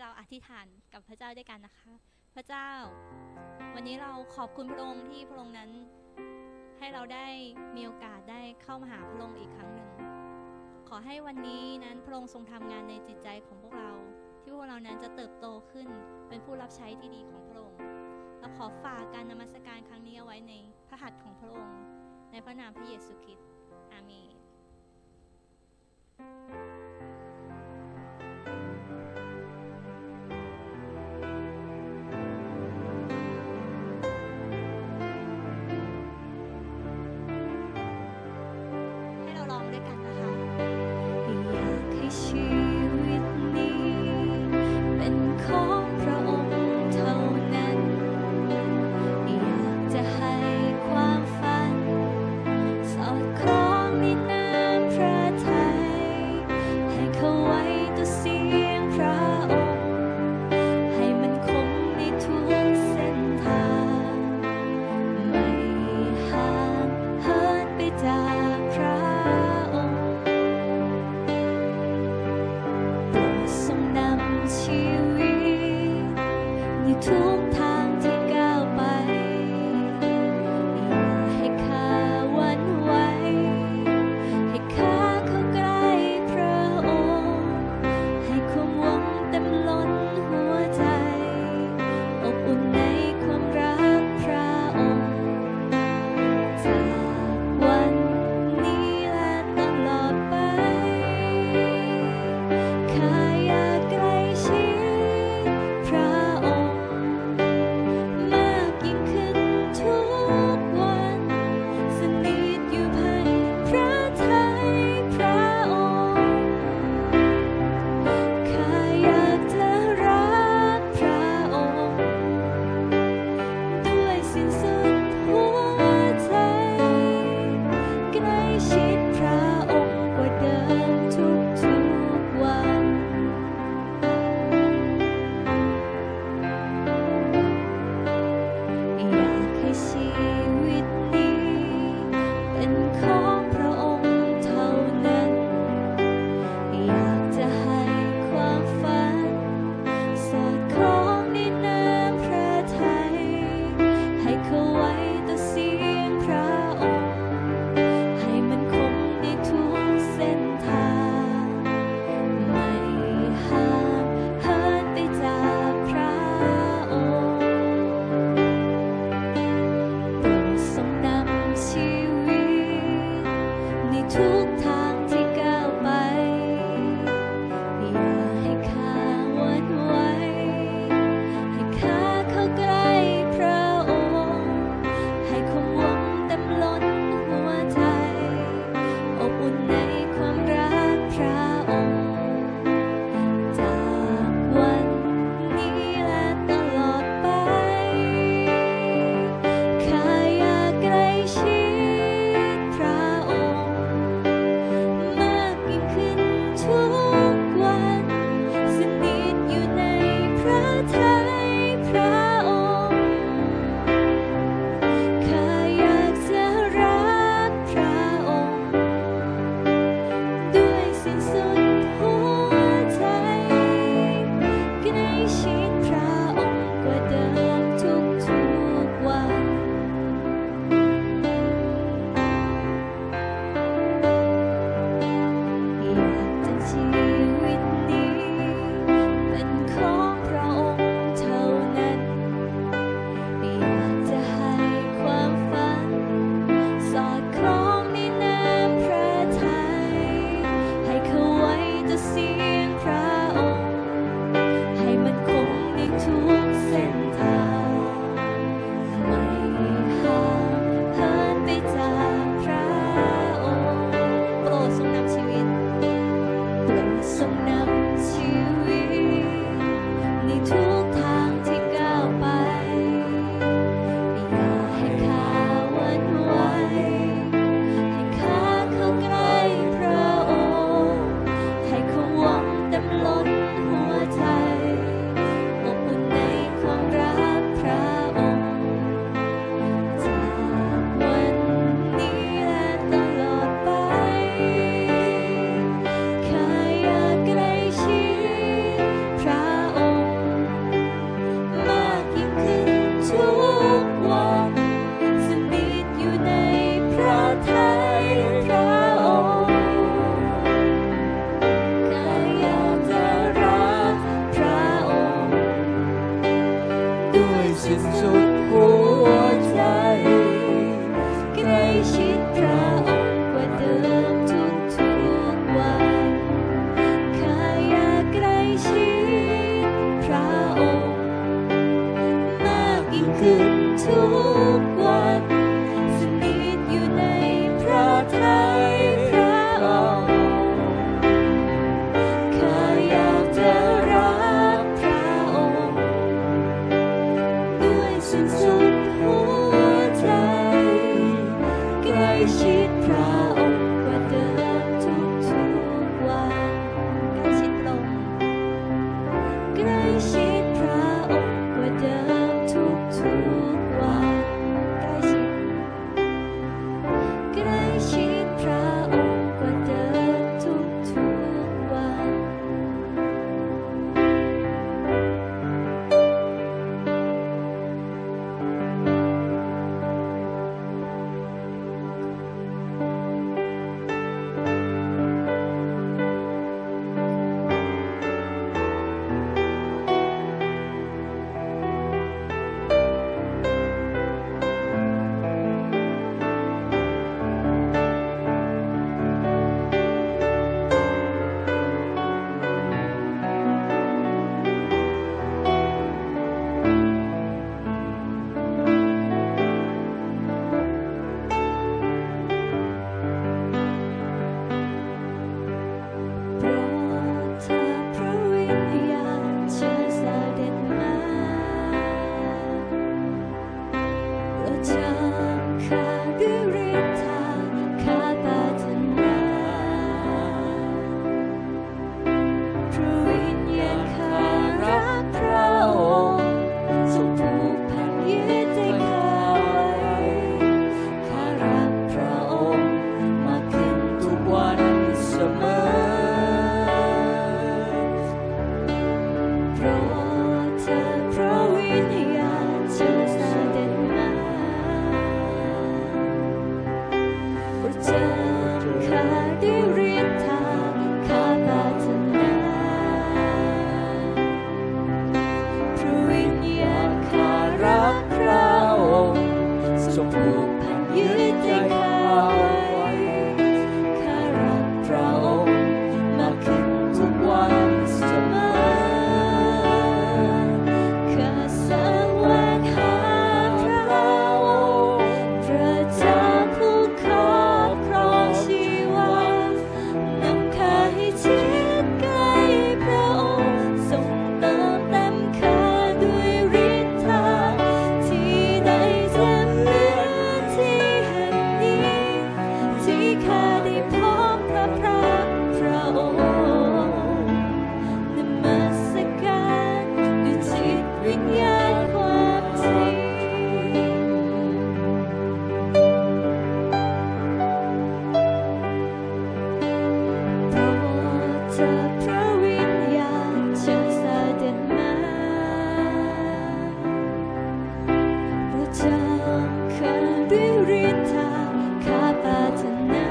เราอธิษฐานกับพระเจ้าด้วยกันนะคะพระเจ้าวันนี้เราขอบคุณพระองค์ที่พระองค์นั้นให้เราได้มีโอกาสได้เข้ามาหาพระองค์อีกครั้งหนึ่งขอให้วันนี้นั้นพระองค์ทรงทำงานในจิตใจของพวกเราที่พวกเรานั้นจะเติบโตขึ้นเป็นผู้รับใช้ที่ดีของพระองค์เราขอฝากการนมัสการครั้งนี้เอาไว้ในพระหัตถ์ของพระองค์ในพระนามพระเยซูคริสต์อาเมนให้เราลองด้วยกันนะคะอยากให้ชีวิตนี้เป็นของพระองค์เท่านั้นอยากจะให้ความฝันสอดคล้องในน้ำพระทัยให้เข้าไว้ต่อเสียงพระองค์ให้มันคงในทุกเส้นทางไม่ห่างเหินไปจากพระองค์โปรดทรงนำชีวิตในทุกทางที่ก้าวไปอย่าให้ข้าหวั่นไหวให้ข้าเข้าใกล้พระองค์ให้ความหวังเต็มล้นหัวใจอบอุ่นในความรักพระองค์จากวันนี้และตลอดไปข้าอยากใกล้ชิดพระองค์เพราะเธอพระวิญญาณทรงเสด็จมาประจำข้าด้วยฤทธาข้าปรารถนาพระวิญญาณข้ารักพระองค์ทรงผูกพันยึดใจข้าไว้ข้ารักพระองค์มากขึ้นทุกวันเสมอข้าแสวงหาพระองค์พระเจ้าผู้ครอบครองชีวานำข้าให้ชิดใกล้พระองค์ทรงเติมเต็มข้าด้วยฤทธาที่ใดจะเหมือนที่แห่งนี้ที่ข้าได้พบพระองค์นมัสการด้วยจิตวิญญาณความจริงโปรดเถิดพระวิญญาณจงเสด็จมาประจำข้าด้วยฤทธาข้าปรารถนา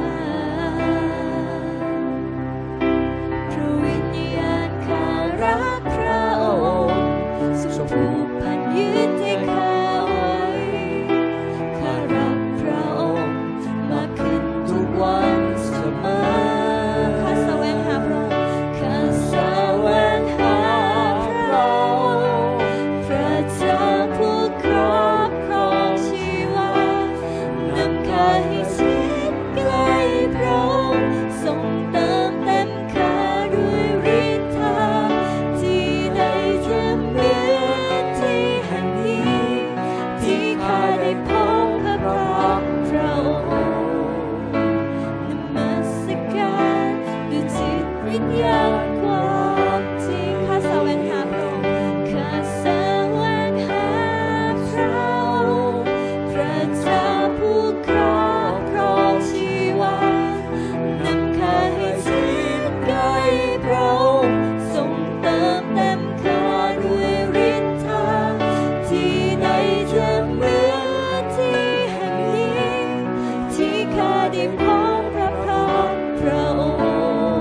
พระวิญญาณข้ารักพระองค์ทรงผูกพันยึดให้ข้าไว้ข้ารักพระองค์มากขึ้นทุกวันเสมอข้าแสวงหาพระองค์ข้าแสวงหาพระองค์พระเจ้าผู้ครอบครองชีวานำข้าให้ชิดใกล้พระองค์ทรงเติมเต็มข้าด้วยฤทธาที่ใดจะเหมือนที่แห่งนี้ที่ข้าได้พบพระองค์นมัสการด้วยจิตวิญญาณความจริงข้าแสวงหาพระองค์ข้าแสวงหาพระองค์พระเจ้าผู้ครอบครองชีวานำข้าให้ชิดใกล้พระองค์ทรงเติมเต็มข้าด้วยฤทธาที่ใดจะเหมือนที่แห่งนี้ที่ข้าได้พบพระองค์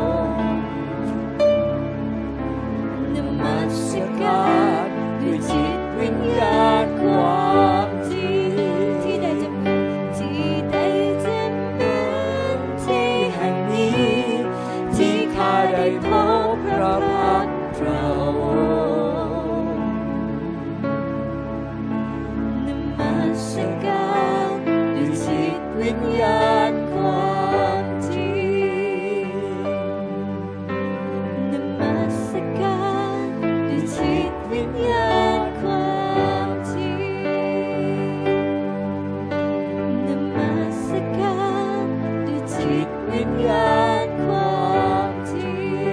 นมัสการด้วยจิตวิญญาณความจริงที่ใดจะเหมือนที่แห่งนี้ที่ข้าได้พบพระองค์นมัสการด้วยจิตวิญญาณความจริงนมัสการด้วยจิตวิญญาณความจริงนมัสการด้วยจิตวิญญาณความจริ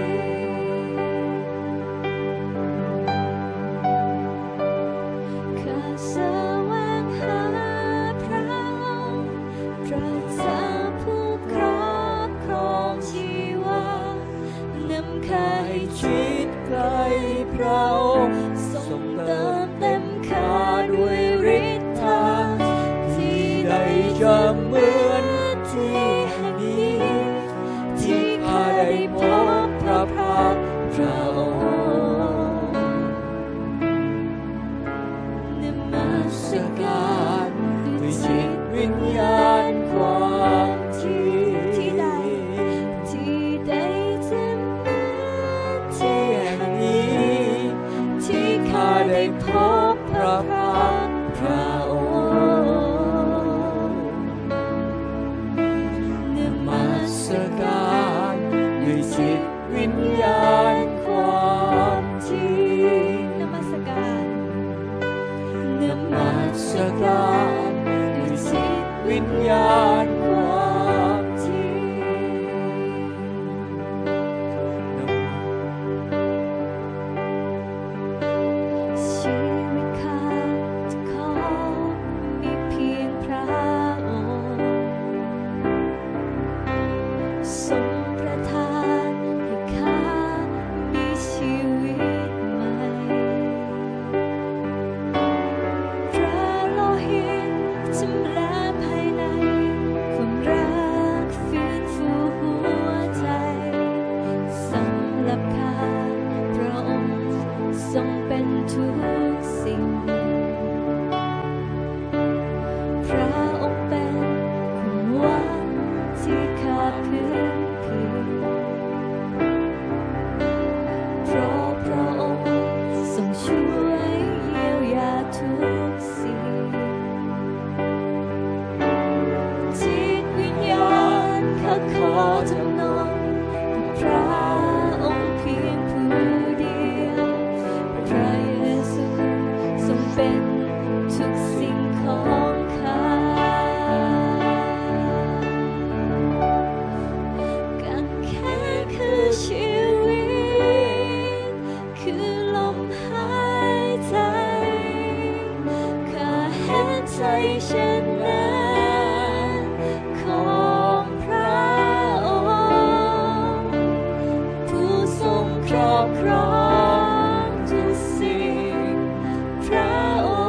งข้าแสวงหาพระองค์พระเจ้าผู้ครอบครองชีวานำข้าให้ชิดใกล้พระองค์ทรงเติมเต็มข้าด้วยฤทธาที่ใดจะเหมือนที่แห่งนี้ที่ข้าได้พบพระองค์นมัสการด้วยจิตวิญญาณความจริงที่ใดจะเหมือนที่แห่งนี้ที่ข้าได้พบพระองค์นมัสการด้วยจิตวิญญาณความจริงนมัสการด้วยจิตวิญญาณความจริงชีวิตข้าเป็นทุกสิ่งพระองค์เป็นของหวานที่ขาดพื้นผิวเพราะพระองค์ทรงช่วยเยียวยาทุกสิ่งจิตวิญญาณข้าขอจำนนกับพระองค์เพียงผู้เดียวพระเยซูทรงเป็นทุกสิ่งของข้าการแค่คือชีวิตคือลมหายใจข้าเห็นใจเช่นนั้นของพระองค์ผู้ทรงครอบครองทุกสิ่งพระอง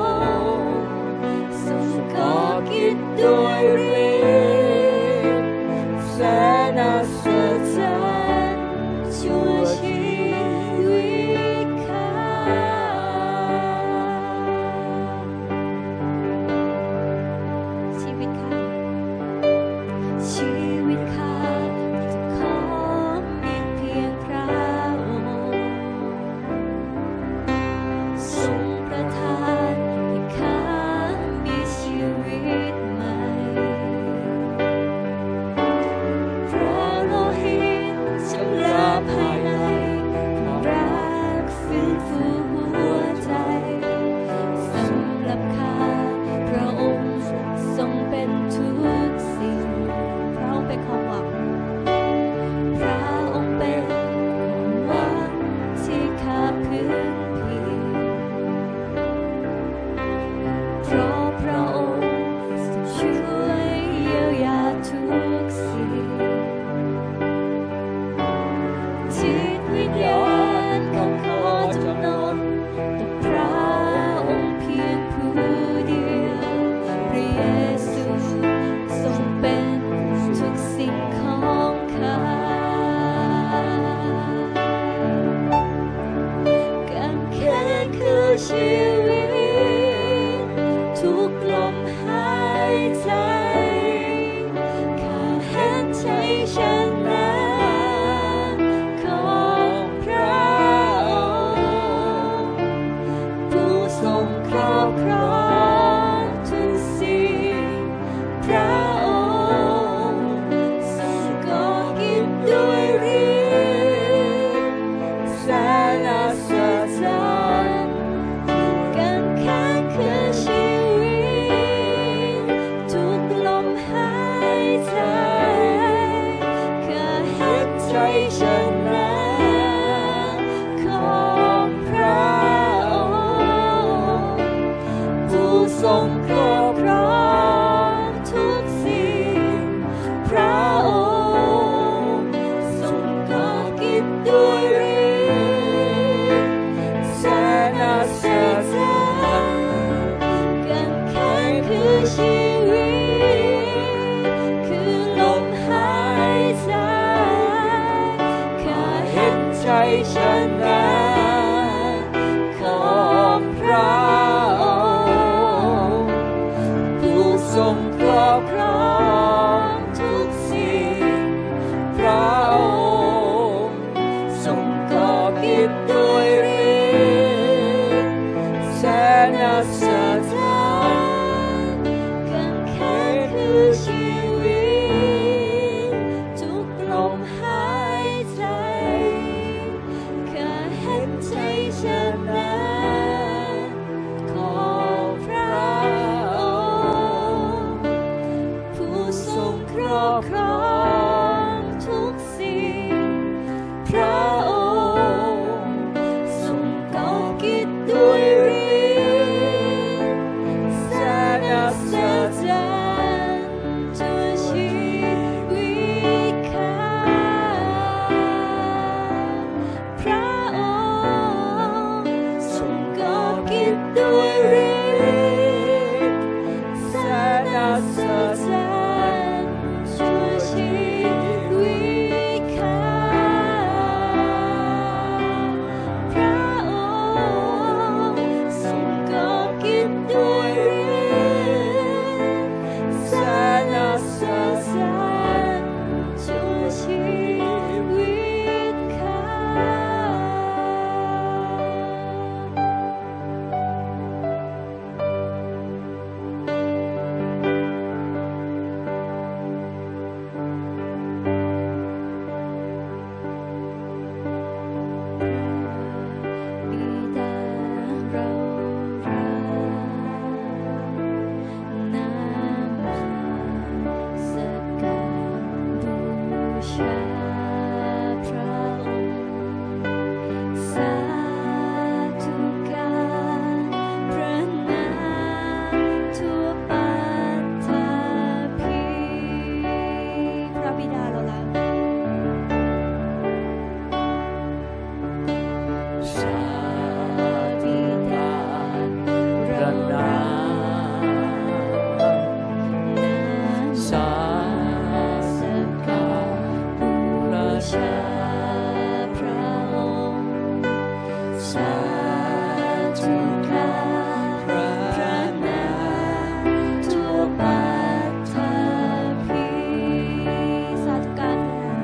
ธุการพระนามทั่วปฐพีสาธุการ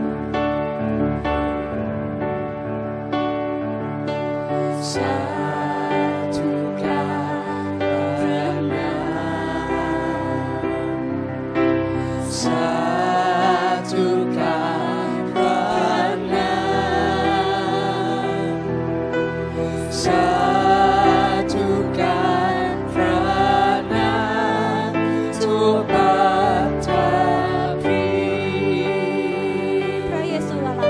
สาธุการพระนามสาธุการพระนามสาธุการพระนามทั่วปฐพีพระเยซูอะไร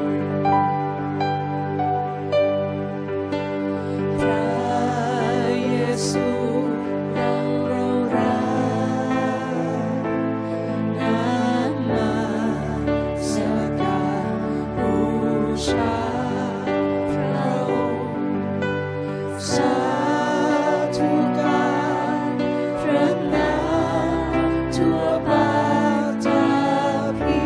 พระเยซูเรารักน้ำมาสักการบูชาพระองค์สาธุการพระนามทั่วปฐพี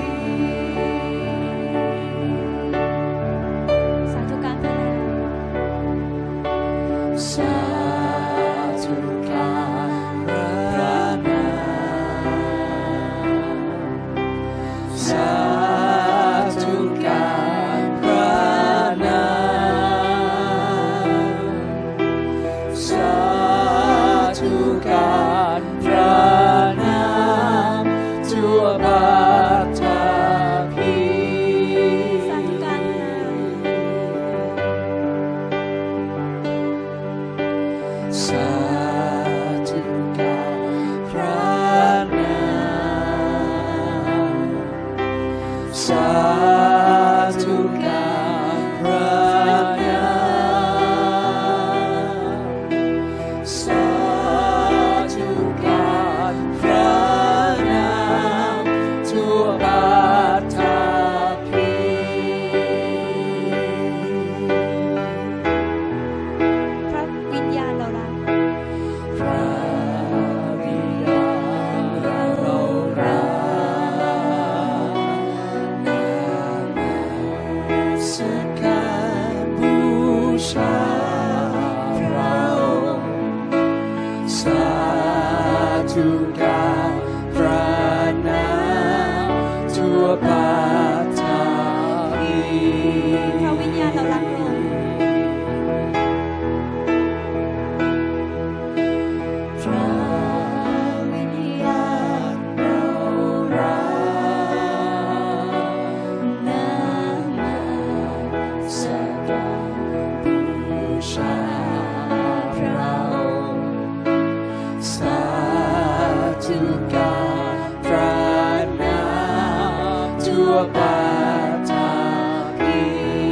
สาธุการพระนามสาธุการพระนามสาธุการพระนามสาธุการพระนามทั่วปฐพีสาธุการสาธุการพระนามสาธุการพระนามสาธุการพระนามทั่วปฐพีพระวิญญาณเรารักพระวิญญาณเรารักนามัสการบูชาพระองค์สาธุการพระนามทั่วปฐพีพระวิญญาณเรารักพระองค์พระวิญญาณเรารักนามัสการบูชาพระองค์สาธุการพระนามทั่วปฐพี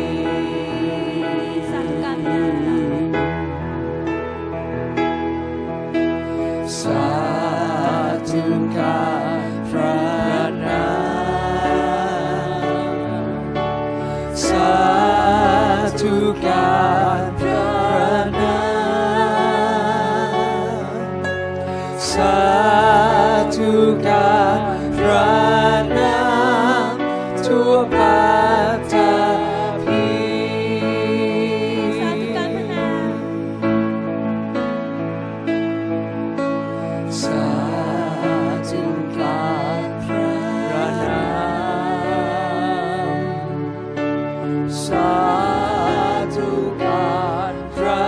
สาธุการพระนามสาธุการพระนามสาธุการพระนามสาธุการพระนามทั่วปฐพีสาธุการพระนามสาธุการพระนามสาธุการพระ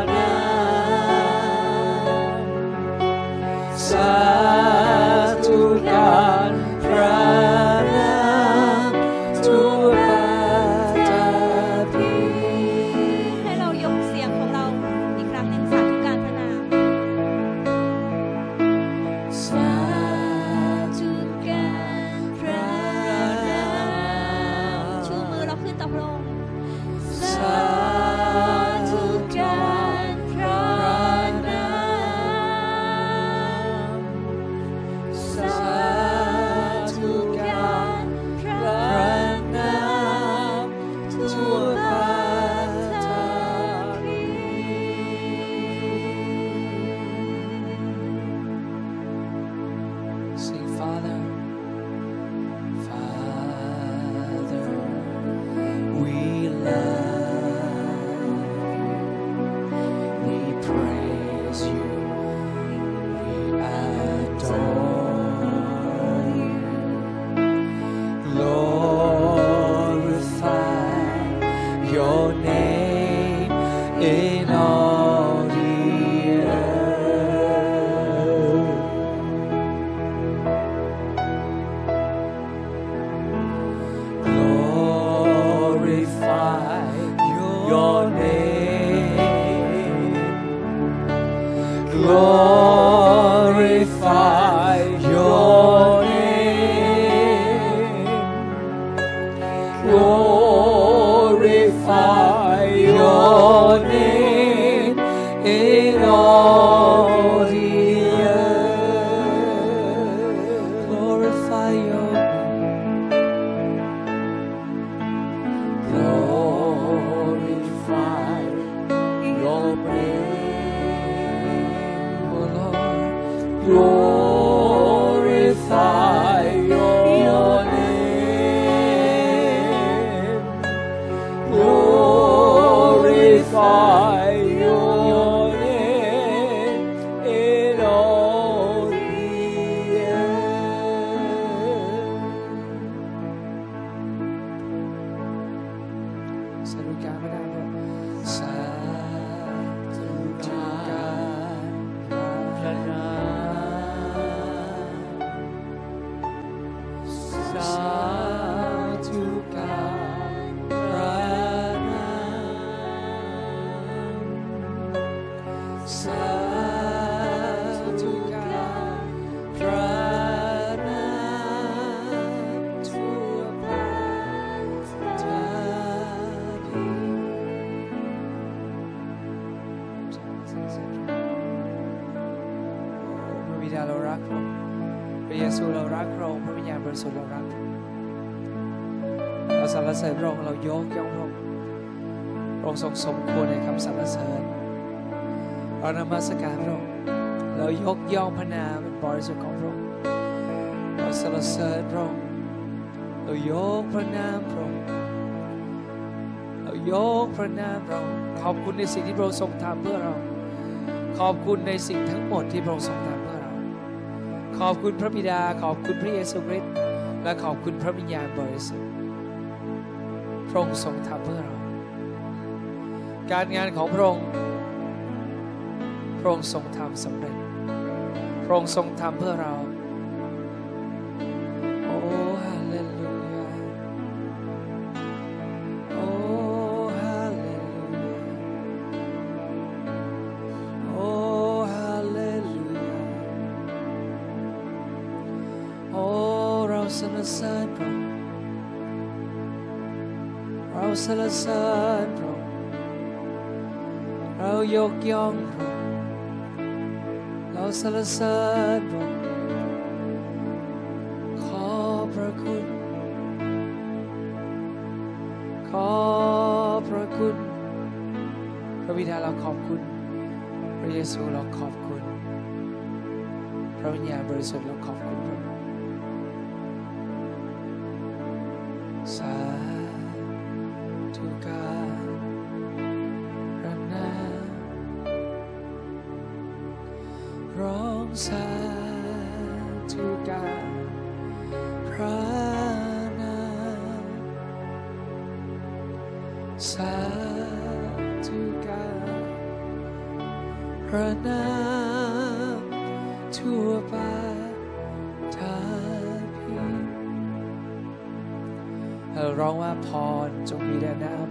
นามสาธุ glorify your name, glorify your name in all the earth, glorify your name, glorify your name, oh Lord, glorify your name, glorify your name in all the earth. สาธุการพระนามพระองค์สาธุการพระนามสาธุการพระนามสาธุการพระนามทั่วประเทศพระบิดาเรารักพระองค์พระเยซูเรารักพระองค์พระวิญญาณบริสุทธิ์เรารักพระองค์เราสรรเสริญพระองค์เรายกย่องพระองค์พระองค์ทรงสมควรในคำสรรเสริญเรานมัสการพระองค์เรายกย่องพระนามบริสุทธิ์ของพระองค์เราสรรเสริญพระองค์เรายกพระนามพระองค์เรายกพระนามพระองค์ขอบคุณในสิ่งที่พระองค์ทรงทำเพื่อเราขอบคุณในสิ่งทั้งหมดที่พระองค์ทรงทำเพื่อเราขอบคุณพระบิดาขอบคุณพระเยซูคริสต์และขอบคุณพระวิญญาณบริสุทธิ์พระองค์ทรงทำเพื่อเราการงานของพระองค์พระองค์ทรงทำสำเร็จพระองค์ทรงทำเพื่อเราโอ้ฮาเลลูยาโอ้ฮาเลลูยาโอ้ฮาเลลูยาโอ้เราสรรเสริญพระองค์เราสรรเสริญพระองค์เรายกย่องพระองค์เราสรรเสริญพระองค์ขอบพระคุณขอบพระคุณพระบิดาเราขอบคุณพระเยซูเราขอบคุณพระวิญญาณบริสุทธิ์เราขอบคุณพระองค์สาธุการพระนามร้องสาธุการพระนามสาธุการพระนามทั่วประเทศเราร้องว่าพรจงมีแด่น้ำ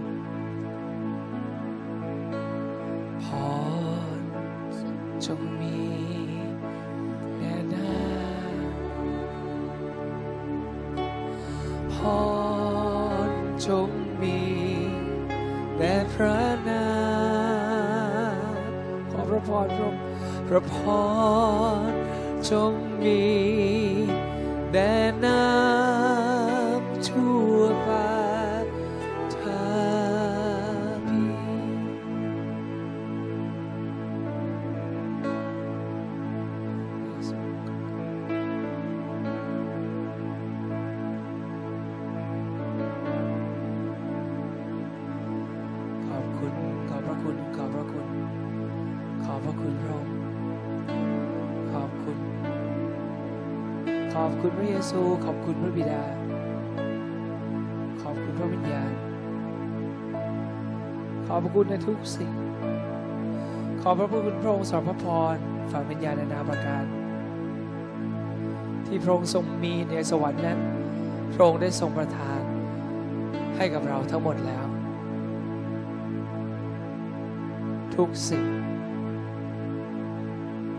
พรจงมีแด่น้ำพรจงมีแด่พระนามขอพระพรจงพระพรจงมีแด่น้ำทั่วประเทศ ขอบคุณพระเยซูขอบคุณพระบิดาขอบคุณพระวิญญาณขอบพระคุณในทุกสิ่งขอบพระคุณพระองค์สำหรับพระพรฝ่ายวิญญาณนานาประการที่พระองค์ทรงมีในสวรรค์นั้นพระองค์ได้ทรงประทานให้กับเราทั้งหมดแล้วทุกสิ่ง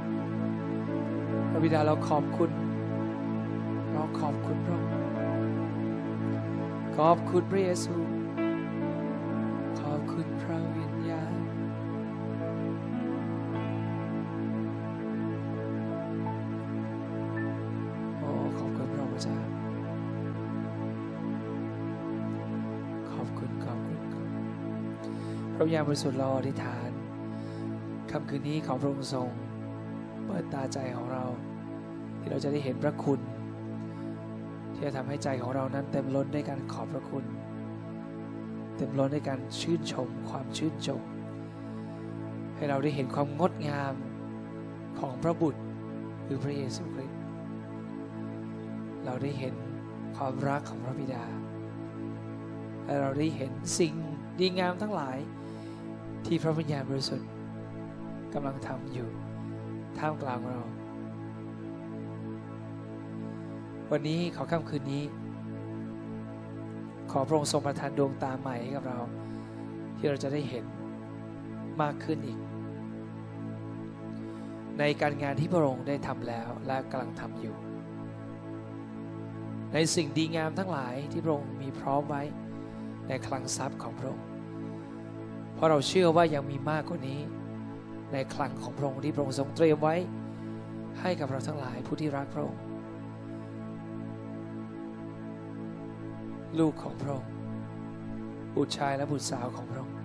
ระบิดาเราขอบคุณเราขอบคุณพระองค์ขอบคุณพระเยซูขอบคุณพระวิญญาณโอ้ขอบคุณพระองค์เจ้าขอบคุณพระวิญญาณบริสุทธิ์เราอธิษฐานค่ำคืนนี้ขอพระองค์ทรงเปิดตาใจของเราที่เราจะได้เห็นพระคุณที่จะทำให้ใจของเรานั้นเต็มล้นด้วยการขอบพระคุณเต็มล้นด้วยการชื่นชมความชื่นชมให้เราได้เห็นความงดงามของพระบุตรคือพระเยซูคริสต์เราได้เห็นความรักของพระบิดาและเราได้เห็นสิ่งดีงามทั้งหลายที่พระวิญญาณบริสุทธิ์กำลังทำอยู่ท่ามกลางเราวันนี้ขอค่ำคืนนี้ขอพระองค์ทรงประทานดวงตาใหม่ให้กับเราที่เราจะได้เห็นมากขึ้นอีกในการงานที่พระองค์ได้ทำแล้วและกำลังทำอยู่ในสิ่งดีงามทั้งหลายที่พระองค์มีพร้อมไว้ในคลังทรัพย์ของพระองค์เพราะเราเชื่อว่ายังมีมากกว่านี้ในคลังของพระองค์ที่พระองค์ทรงเตรียมไว้ให้กับเราทั้งหลายผู้ที่รักพระองค์ลูกของพระองค์บุตรชายและบุตรสาวของพระองค์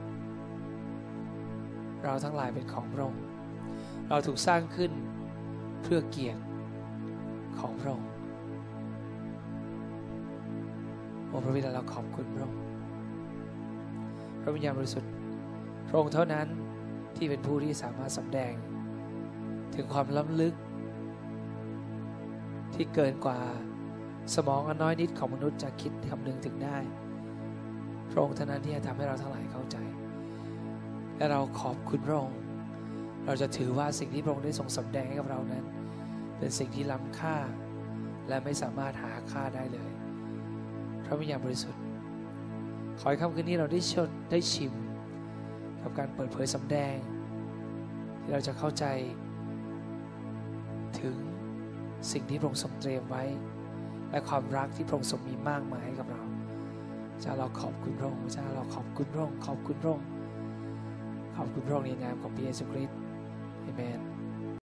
เราทั้งหลายเป็นของพระองค์เราถูกสร้างขึ้นเพื่อเกียรติของพระองค์โอ้พระบิดาเราขอบคุณพระองค์พระวิญญาณบริสุทธิ์พระองค์เท่านั้นที่เป็นผู้ที่สามารถสำแดงถึงความล้ำลึกที่เกินกว่าสมองอันน้อยนิดของมนุษย์จะคิดคำนึงถึงได้พระองค์เท่านั้นที่จะทำให้เราทั้งหลายเข้าใจและเราขอบคุณพระองค์เราจะถือว่าสิ่งที่พระองค์ได้ทรงสำแดงให้กับเรานั้นเป็นสิ่งที่ล้ำค่าและไม่สามารถหาค่าได้เลยพระวิญญาณบริสุทธิ์ขอให้ค่ำคืนนี้เราได้ชิมกับการเปิดเผยสำแดงที่เราจะเข้าใจถึงสิ่งที่พระองค์ทรงเตรียมไว้และความรักที่พระองค์ทรงมีมากมายให้กับเราจ้าเราขอบคุณพระองค์จ้าเราขอบคุณพระองค์ขอบคุณพระองค์ขอบคุณพระองค์ในนามของพระเยซูคริสต์อาเมน